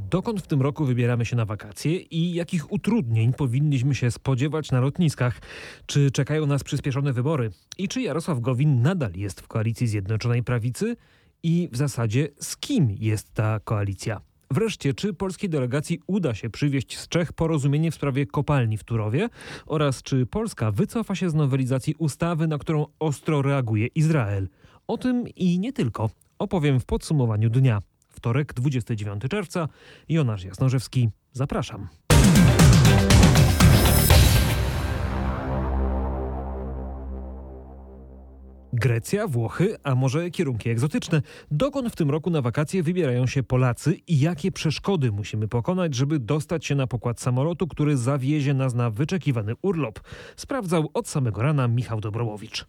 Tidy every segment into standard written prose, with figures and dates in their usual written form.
Dokąd w tym roku wybieramy się na wakacje i jakich utrudnień powinniśmy się spodziewać na lotniskach? Czy czekają nas przyspieszone wybory? I czy Jarosław Gowin nadal jest w koalicji Zjednoczonej Prawicy? I w zasadzie z kim jest ta koalicja? Wreszcie, czy polskiej delegacji uda się przywieźć z Czech porozumienie w sprawie kopalni w Turowie? Oraz czy Polska wycofa się z nowelizacji ustawy, na którą ostro reaguje Izrael? O tym i nie tylko opowiem w podsumowaniu dnia. Wtorek, 29 czerwca. Jonasz Jasnorzewski. Zapraszam. Grecja, Włochy, a może kierunki egzotyczne. Dokąd w tym roku na wakacje wybierają się Polacy i jakie przeszkody musimy pokonać, żeby dostać się na pokład samolotu, który zawiezie nas na wyczekiwany urlop? Sprawdzał od samego rana Michał Dobrołowicz.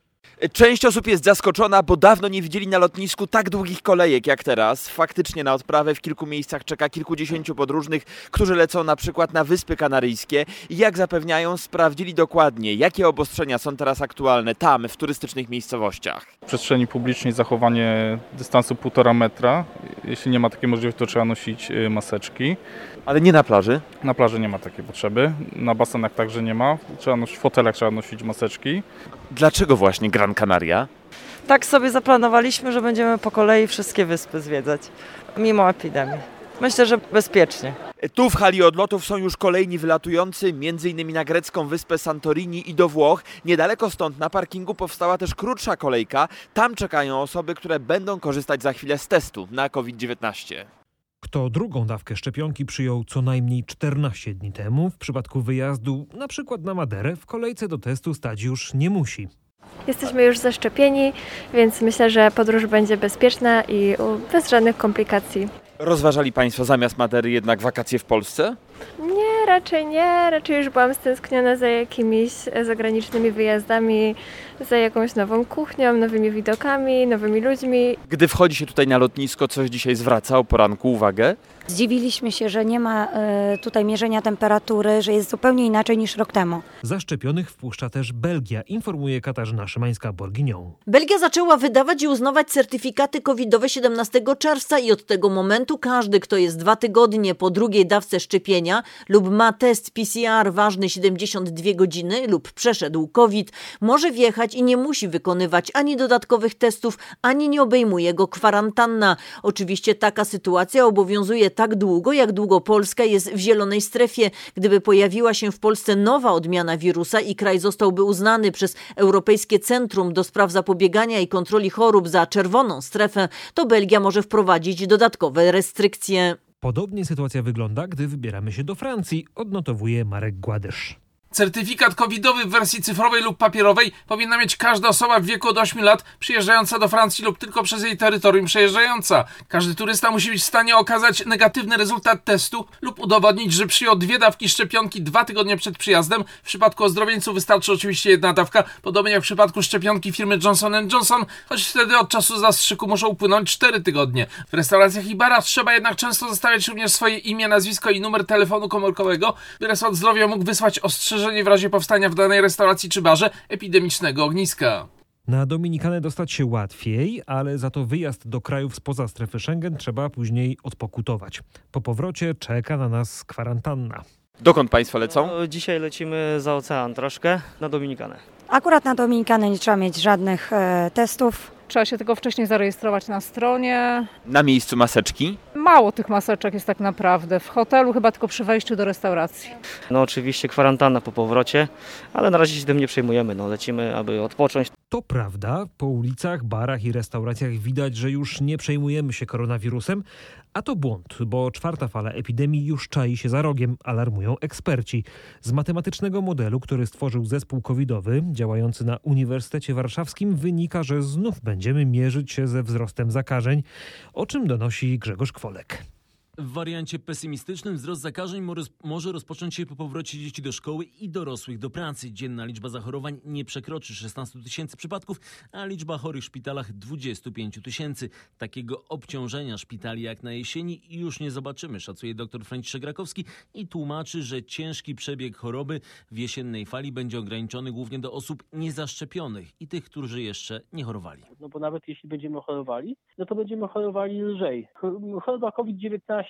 Część osób jest zaskoczona, bo dawno nie widzieli na lotnisku tak długich kolejek jak teraz. Faktycznie na odprawę w kilku miejscach czeka kilkudziesięciu podróżnych, którzy lecą na przykład na Wyspy Kanaryjskie i jak zapewniają, sprawdzili dokładnie, jakie obostrzenia są teraz aktualne tam, w turystycznych miejscowościach. W przestrzeni publicznej zachowanie dystansu 1,5 metra. Jeśli nie ma takiej możliwości, to trzeba nosić maseczki. Ale nie na plaży? Na plaży nie ma takiej potrzeby, na basenach także nie ma. W fotelach trzeba nosić maseczki. Dlaczego właśnie Gran Canaria? Tak sobie zaplanowaliśmy, że będziemy po kolei wszystkie wyspy zwiedzać, mimo epidemii. Myślę, że bezpiecznie. Tu w hali odlotów są już kolejni wylatujący, m.in. na grecką wyspę Santorini i do Włoch. Niedaleko stąd na parkingu powstała też krótsza kolejka. Tam czekają osoby, które będą korzystać za chwilę z testu na COVID-19. Kto drugą dawkę szczepionki przyjął co najmniej 14 dni temu, w przypadku wyjazdu na przykład na Maderę, w kolejce do testu stać już nie musi. Jesteśmy już zaszczepieni, więc myślę, że podróż będzie bezpieczna i bez żadnych komplikacji. Rozważali Państwo zamiast Madery jednak wakacje w Polsce? Nie, raczej nie. Raczej już byłam stęskniona za jakimiś zagranicznymi wyjazdami, za jakąś nową kuchnią, nowymi widokami, nowymi ludźmi. Gdy wchodzi się tutaj na lotnisko, coś dzisiaj zwraca o poranku uwagę? Zdziwiliśmy się, że nie ma tutaj mierzenia temperatury, że jest zupełnie inaczej niż rok temu. Zaszczepionych wpuszcza też Belgia, informuje Katarzyna Szymańska-Borginią. Belgia zaczęła wydawać i uznawać certyfikaty covidowe 17 czerwca i od tego momentu każdy, kto jest 2 tygodnie po drugiej dawce szczepienia lub ma test PCR ważny 72 godziny lub przeszedł COVID, może wjechać i nie musi wykonywać ani dodatkowych testów, ani nie obejmuje go kwarantanna. Oczywiście taka sytuacja obowiązuje tak długo, jak długo Polska jest w zielonej strefie. Gdyby pojawiła się w Polsce nowa odmiana wirusa i kraj zostałby uznany przez Europejskie Centrum do Spraw Zapobiegania i Kontroli Chorób za czerwoną strefę, to Belgia może wprowadzić dodatkowe restrykcje. Podobnie sytuacja wygląda, gdy wybieramy się do Francji, odnotowuje Marek Gładysz. Certyfikat covidowy w wersji cyfrowej lub papierowej powinna mieć każda osoba w wieku od 8 lat przyjeżdżająca do Francji lub tylko przez jej terytorium przejeżdżająca. Każdy turysta musi być w stanie okazać negatywny rezultat testu lub udowodnić, że przyjął 2 dawki szczepionki 2 tygodnie przed przyjazdem. W przypadku ozdrowieńców wystarczy oczywiście 1 dawka, podobnie jak w przypadku szczepionki firmy Johnson & Johnson, choć wtedy od czasu zastrzyku muszą upłynąć 4 tygodnie. W restauracjach i barach trzeba jednak często zostawiać również swoje imię, nazwisko i numer telefonu komórkowego, by resort zdrowia mógł wysłać ostrzeżenie w razie powstania w danej restauracji czy barze epidemicznego ogniska. Na Dominikanę dostać się łatwiej, ale za to wyjazd do krajów spoza strefy Schengen trzeba później odpokutować. Po powrocie czeka na nas kwarantanna. Dokąd Państwo lecą? Dzisiaj lecimy za ocean troszkę, na Dominikanę. Akurat na Dominikanę nie trzeba mieć żadnych testów. Trzeba się tylko wcześniej zarejestrować na stronie. Na miejscu maseczki? Mało tych maseczek jest tak naprawdę. W hotelu chyba tylko przy wejściu do restauracji. No oczywiście kwarantanna po powrocie, ale na razie się tym nie przejmujemy. Lecimy, aby odpocząć. To prawda, po ulicach, barach i restauracjach widać, że już nie przejmujemy się koronawirusem, a to błąd, bo 4. fala epidemii już czai się za rogiem, alarmują eksperci. Z matematycznego modelu, który stworzył zespół covidowy działający na Uniwersytecie Warszawskim, wynika, że znów będziemy mierzyć się ze wzrostem zakażeń, o czym donosi Grzegorz Kwolek. W wariancie pesymistycznym wzrost zakażeń może rozpocząć się po powrocie dzieci do szkoły i dorosłych do pracy. Dzienna liczba zachorowań nie przekroczy 16 000 przypadków, a liczba chorych w szpitalach 25 000. Takiego obciążenia szpitali jak na jesieni już nie zobaczymy, szacuje dr Franciszek Rakowski i tłumaczy, że ciężki przebieg choroby w jesiennej fali będzie ograniczony głównie do osób niezaszczepionych i tych, którzy jeszcze nie chorowali. Bo nawet jeśli będziemy chorowali, to będziemy chorowali lżej. Choroba COVID-19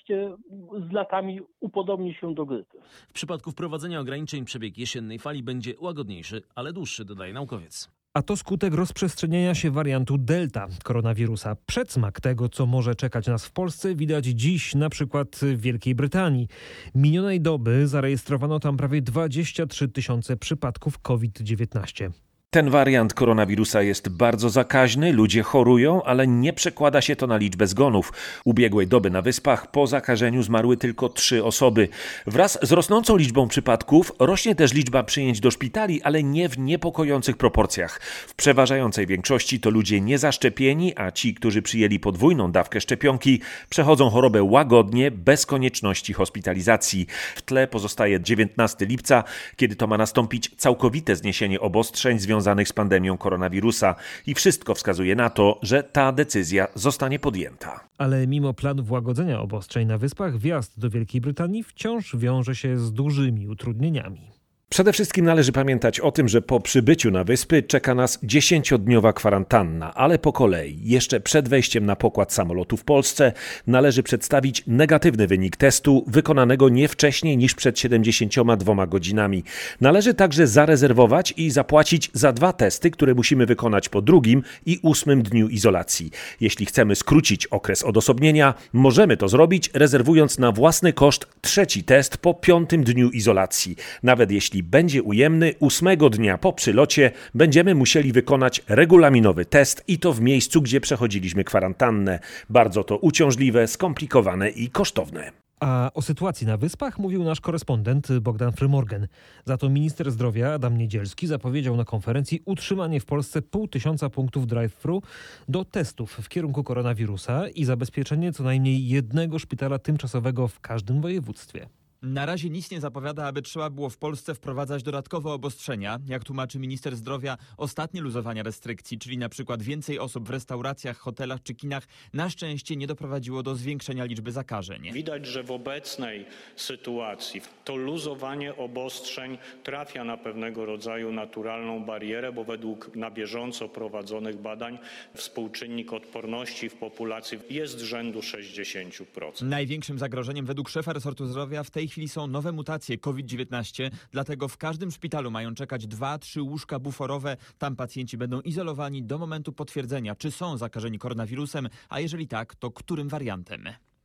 z latami upodobni się do grypy. W przypadku wprowadzenia ograniczeń przebieg jesiennej fali będzie łagodniejszy, ale dłuższy, dodaje naukowiec. A to skutek rozprzestrzeniania się wariantu Delta koronawirusa. Przedsmak tego, co może czekać nas w Polsce, widać dziś na przykład w Wielkiej Brytanii. Minionej doby zarejestrowano tam prawie 23 000 przypadków COVID-19. Ten wariant koronawirusa jest bardzo zakaźny, ludzie chorują, ale nie przekłada się to na liczbę zgonów. Ubiegłej doby na Wyspach po zakażeniu zmarły tylko 3 osoby. Wraz z rosnącą liczbą przypadków rośnie też liczba przyjęć do szpitali, ale nie w niepokojących proporcjach. W przeważającej większości to ludzie niezaszczepieni, a ci, którzy przyjęli podwójną dawkę szczepionki, przechodzą chorobę łagodnie, bez konieczności hospitalizacji. W tle pozostaje 19 lipca, kiedy to ma nastąpić całkowite zniesienie obostrzeń związanych z pandemią koronawirusa i wszystko wskazuje na to, że ta decyzja zostanie podjęta. Ale mimo planów łagodzenia obostrzeń na Wyspach, wjazd do Wielkiej Brytanii wciąż wiąże się z dużymi utrudnieniami. Przede wszystkim należy pamiętać o tym, że po przybyciu na wyspy czeka nas 10-dniowa kwarantanna, ale po kolei. Jeszcze przed wejściem na pokład samolotu w Polsce należy przedstawić negatywny wynik testu wykonanego nie wcześniej niż przed 72 godzinami. Należy także zarezerwować i zapłacić za 2 testy, które musimy wykonać po 2. i 8. dniu izolacji. Jeśli chcemy skrócić okres odosobnienia, możemy to zrobić, rezerwując na własny koszt 3. test po 5. dniu izolacji. Nawet jeśli będzie ujemny, 8 dnia po przylocie będziemy musieli wykonać regulaminowy test i to w miejscu, gdzie przechodziliśmy kwarantannę. Bardzo to uciążliwe, skomplikowane i kosztowne. A o sytuacji na Wyspach mówił nasz korespondent Bogdan Frymorgan. Za to minister zdrowia Adam Niedzielski zapowiedział na konferencji utrzymanie w Polsce 500 punktów drive-thru do testów w kierunku koronawirusa i zabezpieczenie co najmniej 1 szpitala tymczasowego w każdym województwie. Na razie nic nie zapowiada, aby trzeba było w Polsce wprowadzać dodatkowe obostrzenia. Jak tłumaczy minister zdrowia, ostatnie luzowania restrykcji, czyli na przykład więcej osób w restauracjach, hotelach czy kinach, na szczęście nie doprowadziło do zwiększenia liczby zakażeń. Widać, że w obecnej sytuacji to luzowanie obostrzeń trafia na pewnego rodzaju naturalną barierę, bo według na bieżąco prowadzonych badań współczynnik odporności w populacji jest rzędu 60%. Największym zagrożeniem według szefa resortu zdrowia w tej chwili są nowe mutacje COVID-19, dlatego w każdym szpitalu mają czekać 2-3 łóżka buforowe. Tam pacjenci będą izolowani do momentu potwierdzenia, czy są zakażeni koronawirusem, a jeżeli tak, to którym wariantem.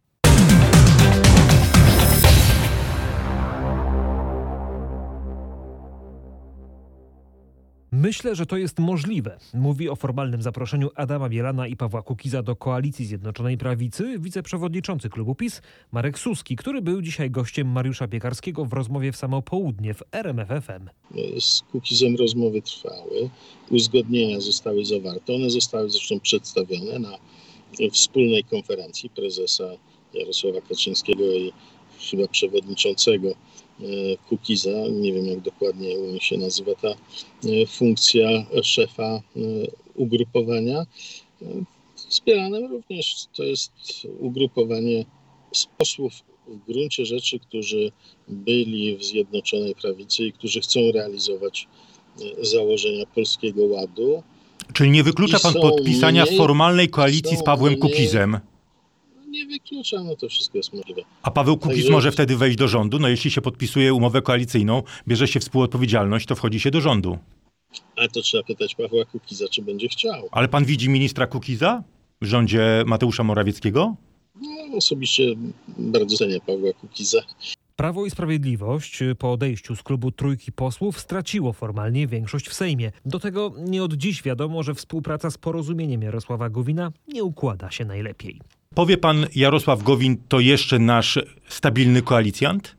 Myślę, że to jest możliwe, mówi o formalnym zaproszeniu Adama Bielana i Pawła Kukiza do Koalicji Zjednoczonej Prawicy wiceprzewodniczący klubu PiS Marek Suski, który był dzisiaj gościem Mariusza Piekarskiego w rozmowie w samo południe w RMF FM. Z Kukizem rozmowy trwały, uzgodnienia zostały zawarte, one zostały zresztą przedstawione na wspólnej konferencji prezesa Jarosława Kaczyńskiego i chyba przewodniczącego Kukiza, nie wiem jak dokładnie się nazywa ta funkcja szefa ugrupowania. Wspieranym również to jest ugrupowanie z posłów w gruncie rzeczy, którzy byli w Zjednoczonej Prawicy i którzy chcą realizować założenia Polskiego Ładu. Czyli nie wyklucza pan podpisania formalnej koalicji z Pawłem Kukizem? Nie wykluczam, no to wszystko jest możliwe. A Paweł Kukiz może wtedy wejść do rządu? No jeśli się podpisuje umowę koalicyjną, bierze się współodpowiedzialność, to wchodzi się do rządu. Ale to trzeba pytać Pawła Kukiza, czy będzie chciał. Ale pan widzi ministra Kukiza w rządzie Mateusza Morawieckiego? No, osobiście bardzo cenię Pawła Kukiza. Prawo i Sprawiedliwość po odejściu z klubu trójki posłów straciło formalnie większość w Sejmie. Do tego nie od dziś wiadomo, że współpraca z Porozumieniem Jarosława Gowina nie układa się najlepiej. Powie pan, Jarosław Gowin to jeszcze nasz stabilny koalicjant?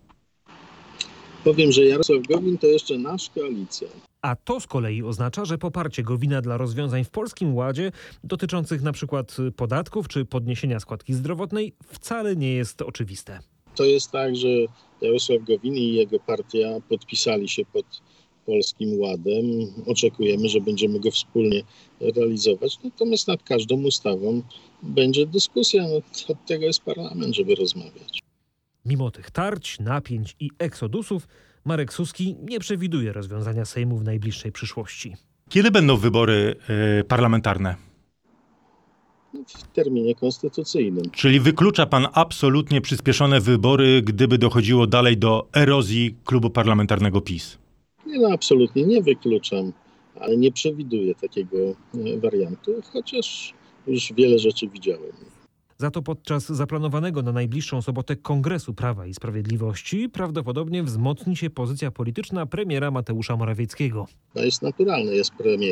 Powiem, że Jarosław Gowin to jeszcze nasz koalicjant. A to z kolei oznacza, że poparcie Gowina dla rozwiązań w Polskim Ładzie dotyczących na przykład podatków czy podniesienia składki zdrowotnej wcale nie jest oczywiste. To jest tak, że Jarosław Gowin i jego partia podpisali się pod Polskim Ładem. Oczekujemy, że będziemy go wspólnie realizować. Natomiast nad każdą ustawą będzie dyskusja. No, od tego jest parlament, żeby rozmawiać. Mimo tych tarć, napięć i eksodusów, Marek Suski nie przewiduje rozwiązania Sejmu w najbliższej przyszłości. Kiedy będą wybory parlamentarne? w terminie konstytucyjnym. Czyli wyklucza pan absolutnie przyspieszone wybory, gdyby dochodziło dalej do erozji klubu parlamentarnego PiS? No, absolutnie nie wykluczam, ale nie przewiduję takiego wariantu, chociaż już wiele rzeczy widziałem. Za to podczas zaplanowanego na najbliższą sobotę Kongresu Prawa i Sprawiedliwości prawdopodobnie wzmocni się pozycja polityczna premiera Mateusza Morawieckiego. To jest naturalne, jest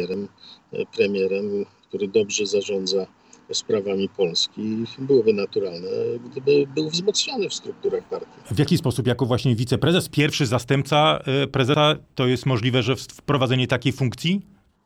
premierem, który dobrze zarządza sprawami Polski. Byłoby naturalne, gdyby był wzmocniony w strukturach partii. W jaki sposób? Jako właśnie wiceprezes, pierwszy zastępca prezesa, to jest możliwe, że wprowadzenie takiej funkcji?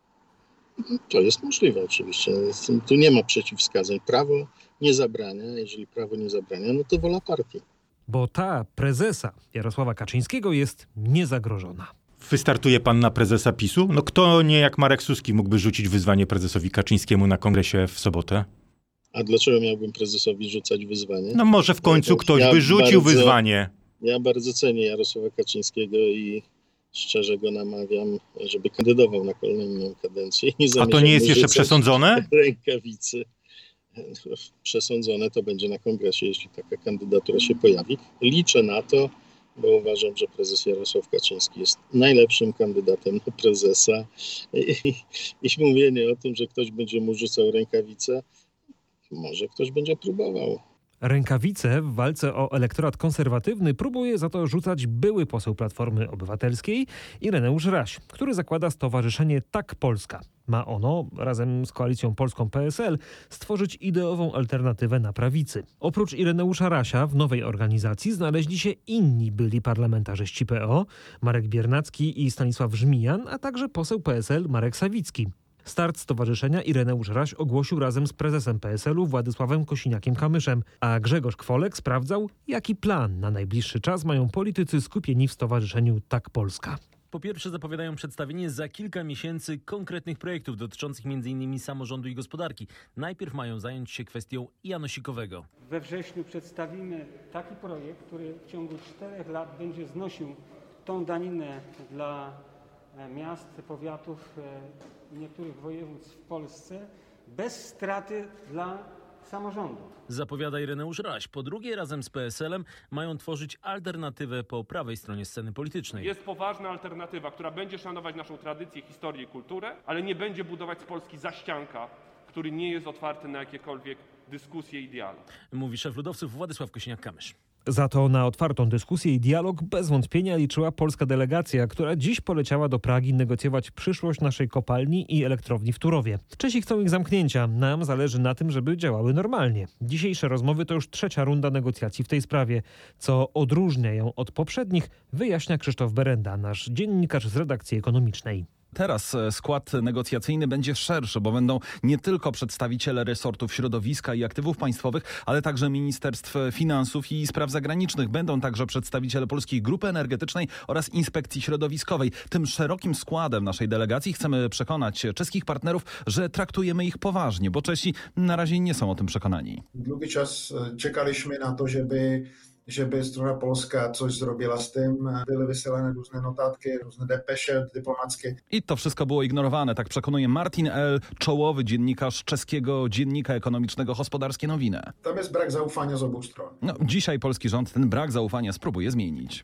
To jest możliwe oczywiście. Tu nie ma przeciwwskazań. Prawo nie zabrania. Jeżeli prawo nie zabrania, no to wola partii. Bo ta prezesa Jarosława Kaczyńskiego jest niezagrożona. Wystartuje pan na prezesa PiS-u? No kto nie jak Marek Suski mógłby rzucić wyzwanie prezesowi Kaczyńskiemu na kongresie w sobotę? A dlaczego miałbym prezesowi rzucać wyzwanie? No może w końcu ktoś by rzucił wyzwanie. Ja bardzo cenię Jarosława Kaczyńskiego i szczerze go namawiam, żeby kandydował na kolejną kadencję. A to nie jest jeszcze przesądzone? Rękawicy. Przesądzone to będzie na kongresie, jeśli taka kandydatura się pojawi. Liczę na to, bo uważam, że prezes Jarosław Kaczyński jest najlepszym kandydatem na prezesa. I mówienie o tym, że ktoś będzie mu rzucał rękawice, może ktoś będzie próbował. Rękawice w walce o elektorat konserwatywny próbuje za to rzucać były poseł Platformy Obywatelskiej Ireneusz Raś, który zakłada stowarzyszenie Tak Polska. Ma ono, razem z Koalicją Polską PSL, stworzyć ideową alternatywę na prawicy. Oprócz Ireneusza Rasia w nowej organizacji znaleźli się inni byli parlamentarzyści PO, Marek Biernacki i Stanisław Żmijan, a także poseł PSL Marek Sawicki. Start stowarzyszenia Ireneusz Raś ogłosił razem z prezesem PSL-u Władysławem Kosiniakiem-Kamyszem, a Grzegorz Kwolek sprawdzał, jaki plan na najbliższy czas mają politycy skupieni w stowarzyszeniu Tak Polska. Po pierwsze zapowiadają przedstawienie za kilka miesięcy konkretnych projektów dotyczących m.in. samorządu i gospodarki. Najpierw mają zająć się kwestią janosikowego. We wrześniu przedstawimy taki projekt, który w ciągu 4 lat będzie znosił tą daninę dla miast, powiatów i niektórych województw w Polsce bez straty dla samorządów. Zapowiada Ireneusz Raś. Po drugie, razem z PSL-em mają tworzyć alternatywę po prawej stronie sceny politycznej. Jest poważna alternatywa, która będzie szanować naszą tradycję, historię i kulturę, ale nie będzie budować z Polski zaścianka, który nie jest otwarty na jakiekolwiek dyskusje i dialog. Mówi szef ludowców Władysław Kosiniak-Kamysz. Za to na otwartą dyskusję i dialog bez wątpienia liczyła polska delegacja, która dziś poleciała do Pragi negocjować przyszłość naszej kopalni i elektrowni w Turowie. Czesi chcą ich zamknięcia. Nam zależy na tym, żeby działały normalnie. Dzisiejsze rozmowy to już 3. runda negocjacji w tej sprawie. Co odróżnia ją od poprzednich, wyjaśnia Krzysztof Berenda, nasz dziennikarz z redakcji ekonomicznej. Teraz skład negocjacyjny będzie szerszy, bo będą nie tylko przedstawiciele resortów środowiska i aktywów państwowych, ale także Ministerstw Finansów i Spraw Zagranicznych. Będą także przedstawiciele Polskiej Grupy Energetycznej oraz Inspekcji Środowiskowej. Tym szerokim składem naszej delegacji chcemy przekonać czeskich partnerów, że traktujemy ich poważnie, bo Czesi na razie nie są o tym przekonani. Długi czas czekaliśmy na to, żeby strona polska coś zrobiła z tym. Były wysyłane różne notatki, różne depesze dyplomackie. I to wszystko było ignorowane, tak przekonuje Martin L., czołowy dziennikarz czeskiego dziennika ekonomicznego Gospodarskie Nowiny. Tam jest brak zaufania z obu stron. Dzisiaj polski rząd ten brak zaufania spróbuje zmienić.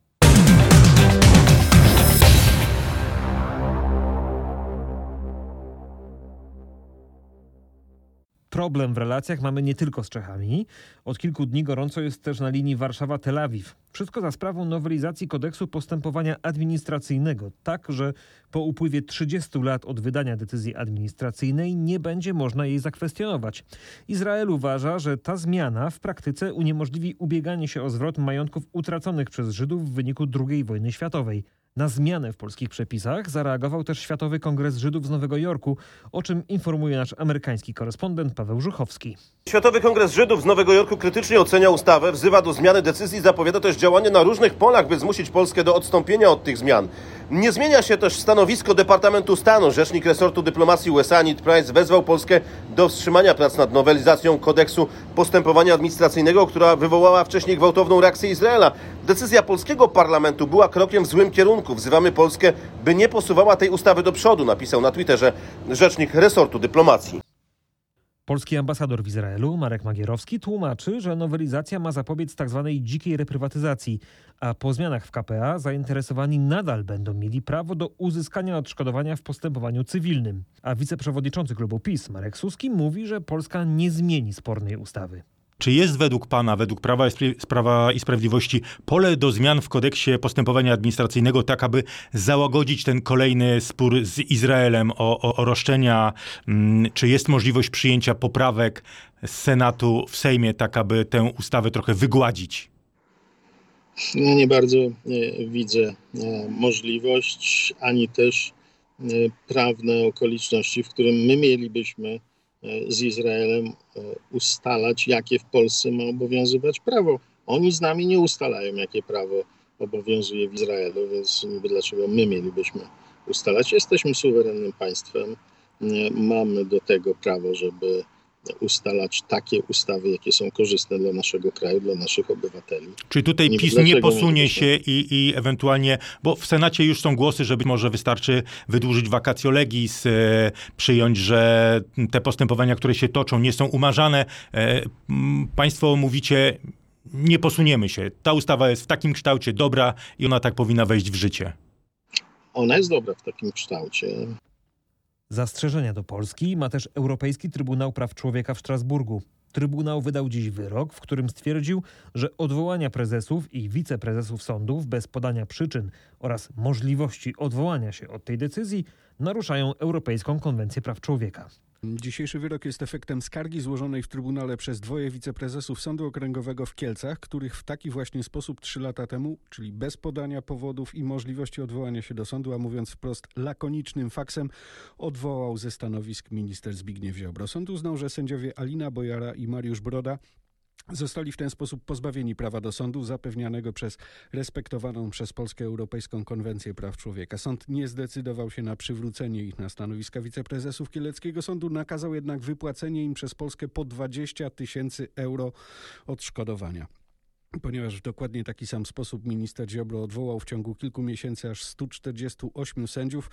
Problem w relacjach mamy nie tylko z Czechami. Od kilku dni gorąco jest też na linii Warszawa-Tel Awiw. Wszystko za sprawą nowelizacji kodeksu postępowania administracyjnego, tak że po upływie 30 lat od wydania decyzji administracyjnej nie będzie można jej zakwestionować. Izrael uważa, że ta zmiana w praktyce uniemożliwi ubieganie się o zwrot majątków utraconych przez Żydów w wyniku II wojny światowej. Na zmianę w polskich przepisach zareagował też Światowy Kongres Żydów z Nowego Jorku, o czym informuje nasz amerykański korespondent Paweł Żuchowski. Światowy Kongres Żydów z Nowego Jorku krytycznie ocenia ustawę, wzywa do zmiany decyzji, zapowiada też działanie na różnych polach, by zmusić Polskę do odstąpienia od tych zmian. Nie zmienia się też stanowisko Departamentu Stanu. Rzecznik resortu dyplomacji USA Ned Price wezwał Polskę do wstrzymania prac nad nowelizacją kodeksu postępowania administracyjnego, która wywołała wcześniej gwałtowną reakcję Izraela. Decyzja polskiego parlamentu była krokiem w złym kierunku. Wzywamy Polskę, by nie posuwała tej ustawy do przodu, napisał na Twitterze rzecznik resortu dyplomacji. Polski ambasador w Izraelu, Marek Magierowski, tłumaczy, że nowelizacja ma zapobiec tzw. dzikiej reprywatyzacji, a po zmianach w k.p.a. zainteresowani nadal będą mieli prawo do uzyskania odszkodowania w postępowaniu cywilnym. A wiceprzewodniczący klubu PiS, Marek Suski, mówi, że Polska nie zmieni spornej ustawy. Czy jest według pana, według Prawa i Sprawiedliwości pole do zmian w kodeksie postępowania administracyjnego, tak aby załagodzić ten kolejny spór z Izraelem o roszczenia? Czy jest możliwość przyjęcia poprawek z Senatu w Sejmie, tak aby tę ustawę trochę wygładzić? Ja nie bardzo widzę możliwość, ani też prawne okoliczności, w którym my mielibyśmy z Izraelem ustalać, jakie w Polsce ma obowiązywać prawo. Oni z nami nie ustalają, jakie prawo obowiązuje w Izraelu, więc niby dlaczego my mielibyśmy ustalać. Jesteśmy suwerennym państwem, mamy do tego prawo, żeby ustalać takie ustawy, jakie są korzystne dla naszego kraju, dla naszych obywateli. Czy tutaj PiS nie posunie się i ewentualnie, bo w Senacie już są głosy, że być może wystarczy wydłużyć vacatio legis, przyjąć, że te postępowania, które się toczą, nie są umarzane. Państwo mówicie, nie posuniemy się. Ta ustawa jest w takim kształcie dobra i ona tak powinna wejść w życie. Ona jest dobra w takim kształcie. Zastrzeżenia do Polski ma też Europejski Trybunał Praw Człowieka w Strasburgu. Trybunał wydał dziś wyrok, w którym stwierdził, że odwołania prezesów i wiceprezesów sądów bez podania przyczyn oraz możliwości odwołania się od tej decyzji naruszają Europejską Konwencję Praw Człowieka. Dzisiejszy wyrok jest efektem skargi złożonej w Trybunale przez 2 wiceprezesów Sądu Okręgowego w Kielcach, których w taki właśnie sposób 3 lata temu, czyli bez podania powodów i możliwości odwołania się do sądu, a mówiąc wprost lakonicznym faksem, odwołał ze stanowisk minister Zbigniew Ziobro. Sąd uznał, że sędziowie Alina Bojara i Mariusz Broda zostali w ten sposób pozbawieni prawa do sądu zapewnianego przez respektowaną przez Polskę Europejską Konwencję Praw Człowieka. Sąd nie zdecydował się na przywrócenie ich na stanowiska wiceprezesów Kieleckiego Sądu, nakazał jednak wypłacenie im przez Polskę po 20 000 euro odszkodowania. Ponieważ w dokładnie taki sam sposób minister Ziobro odwołał w ciągu kilku miesięcy aż 148 sędziów,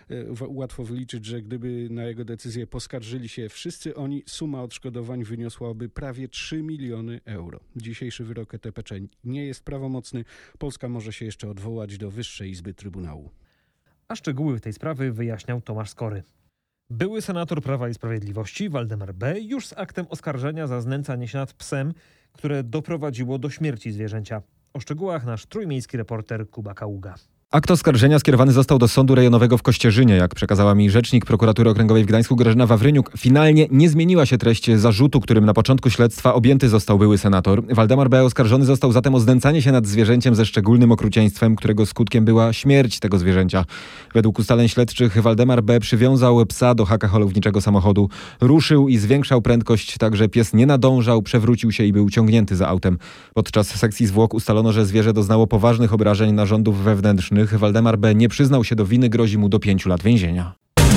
łatwo wyliczyć, że gdyby na jego decyzję poskarżyli się wszyscy oni, suma odszkodowań wyniosłaby prawie 3 miliony euro. Dzisiejszy wyrok ETPC nie jest prawomocny. Polska może się jeszcze odwołać do Wyższej Izby Trybunału. A szczegóły tej sprawy wyjaśniał Tomasz Skory. Były senator Prawa i Sprawiedliwości Waldemar B. już z aktem oskarżenia za znęcanie się nad psem, które doprowadziło do śmierci zwierzęcia. O szczegółach nasz trójmiejski reporter Kuba Kaługa. Akt oskarżenia skierowany został do Sądu Rejonowego w Kościerzynie. Jak przekazała mi rzecznik Prokuratury Okręgowej w Gdańsku Grażyna Wawryniuk, finalnie nie zmieniła się treść zarzutu, którym na początku śledztwa objęty został były senator. Waldemar B. oskarżony został zatem o znęcanie się nad zwierzęciem ze szczególnym okrucieństwem, którego skutkiem była śmierć tego zwierzęcia. Według ustaleń śledczych Waldemar B. przywiązał psa do haka holowniczego samochodu. Ruszył i zwiększał prędkość, tak że pies nie nadążał, przewrócił się i był ciągnięty za autem. Podczas sekcji zwłok ustalono, że zwierzę doznało poważnych obrażeń narządów wewnętrznych. Waldemar B. nie przyznał się do winy, grozi mu do 5 lat więzienia.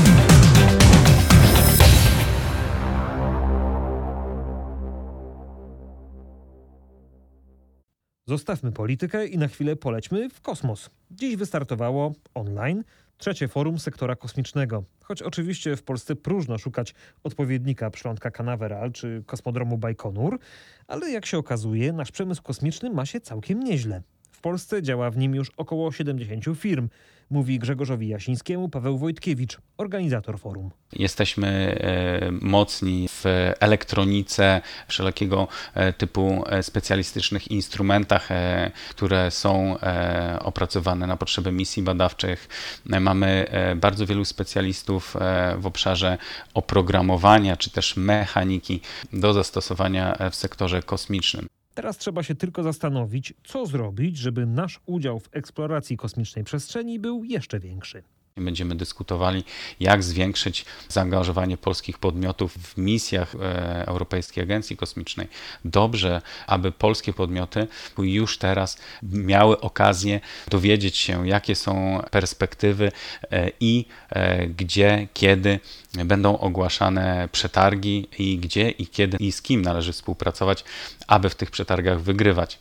Zostawmy politykę i na chwilę polećmy w kosmos. Dziś wystartowało online 3. forum sektora kosmicznego. Choć oczywiście w Polsce próżno szukać odpowiednika przylądka Canaveral czy kosmodromu Bajkonur, ale jak się okazuje, nasz przemysł kosmiczny ma się całkiem nieźle. W Polsce działa w nim już około 70 firm, mówi Grzegorzowi Jasińskiemu Paweł Wojtkiewicz, organizator forum. Jesteśmy mocni w elektronice, wszelkiego typu specjalistycznych instrumentach, które są opracowane na potrzeby misji badawczych. Mamy bardzo wielu specjalistów w obszarze oprogramowania czy też mechaniki do zastosowania w sektorze kosmicznym. Teraz trzeba się tylko zastanowić, co zrobić, żeby nasz udział w eksploracji kosmicznej przestrzeni był jeszcze większy. Będziemy dyskutowali, jak zwiększyć zaangażowanie polskich podmiotów w misjach Europejskiej Agencji Kosmicznej. Dobrze, aby polskie podmioty już teraz miały okazję dowiedzieć się, jakie są perspektywy i gdzie, kiedy będą ogłaszane przetargi i gdzie i kiedy i z kim należy współpracować, aby w tych przetargach wygrywać.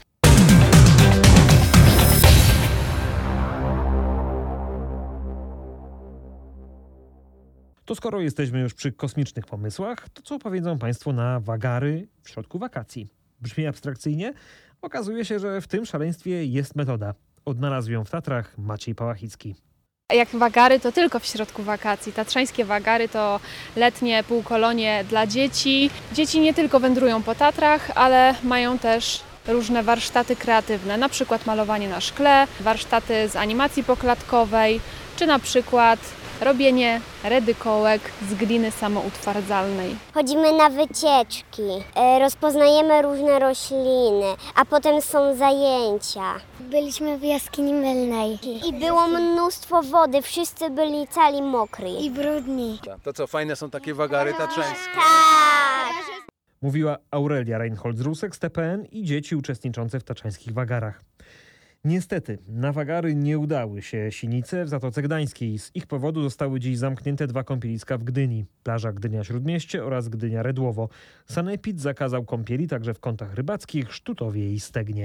To skoro jesteśmy już przy kosmicznych pomysłach, to co powiedzą Państwo na wagary w środku wakacji? Brzmi abstrakcyjnie? Okazuje się, że w tym szaleństwie jest metoda. Odnalazł ją w Tatrach Maciej Pałachicki. Jak wagary, to tylko w środku wakacji. Tatrzańskie wagary to letnie półkolonie dla dzieci. Dzieci nie tylko wędrują po Tatrach, ale mają też różne warsztaty kreatywne, na przykład malowanie na szkle, warsztaty z animacji poklatkowej, czy na przykład robienie redykołek z gliny samoutwardzalnej. Chodzimy na wycieczki, rozpoznajemy różne rośliny, a potem są zajęcia. Byliśmy w jaskini mylnej. I było mnóstwo wody, wszyscy byli cali mokri. I brudni. To co, fajne są takie wagary tatrzańskie? Tak! Mówiła Aurelia Reinholz-Rusek z TPN i dzieci uczestniczące w tatrzańskich wagarach. Niestety, na wagary nie udały się Sinice w Zatoce Gdańskiej. Z ich powodu zostały dziś zamknięte 2 kąpieliska w Gdyni. Plaża Gdynia-Śródmieście oraz Gdynia-Redłowo. Sanepid zakazał kąpieli także w kątach rybackich, Sztutowie i Stegnie.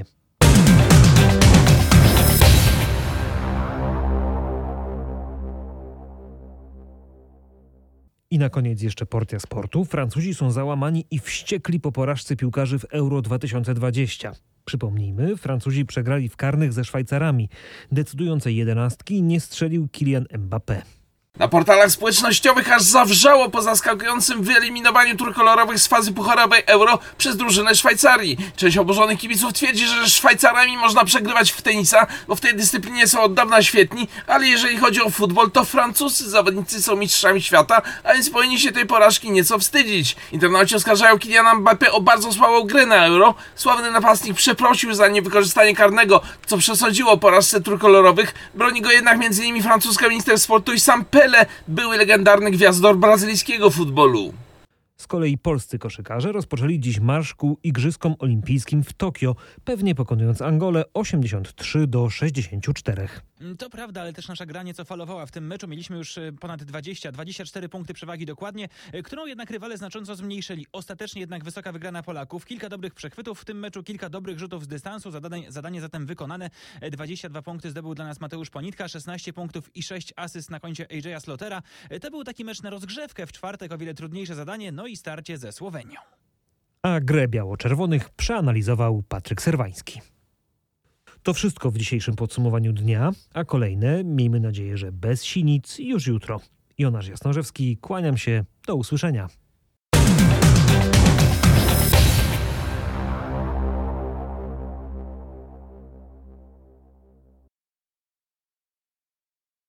I na koniec jeszcze porcja sportu. Francuzi są załamani i wściekli po porażce piłkarzy w Euro 2020. Przypomnijmy, Francuzi przegrali w karnych ze Szwajcarami. Decydującej 11 nie strzelił Kylian Mbappé. Na portalach społecznościowych aż zawrzało po zaskakującym wyeliminowaniu trójkolorowych z fazy pucharowej Euro przez drużynę Szwajcarii. Część oburzonych kibiców twierdzi, że Szwajcarami można przegrywać w tenisa, bo w tej dyscyplinie są od dawna świetni, ale jeżeli chodzi o futbol, to francuscy zawodnicy są mistrzami świata, a więc powinni się tej porażki nieco wstydzić. Internauci oskarżają Kyliana Mbappé o bardzo słabą grę na Euro. Sławny napastnik przeprosił za niewykorzystanie karnego, co przesądziło porażce trójkolorowych. Broni go jednak m.in. francuska minister sportu i sam Pelé, były legendarny gwiazdor brazylijskiego futbolu. Z kolei polscy koszykarze rozpoczęli dziś marsz ku Igrzyskom Olimpijskim w Tokio, pewnie pokonując Angolę 83-64. To prawda, ale też nasza gra nieco falowała w tym meczu. Mieliśmy już ponad 24 punkty przewagi dokładnie, którą jednak rywale znacząco zmniejszyli. Ostatecznie jednak wysoka wygrana Polaków. Kilka dobrych przechwytów w tym meczu, kilka dobrych rzutów z dystansu. Zadanie zatem wykonane. 22 punkty zdobył dla nas Mateusz Ponitka, 16 punktów i 6 asyst na koncie AJ'a Slotera. To był taki mecz na rozgrzewkę. W czwartek o wiele trudniejsze zadanie, no i starcie ze Słowenią. A grę biało-czerwonych przeanalizował Patryk Serwański. To wszystko w dzisiejszym podsumowaniu dnia, a kolejne, miejmy nadzieję, że bez sinic, już jutro. Jonasz Jasnorzewski, kłaniam się, do usłyszenia.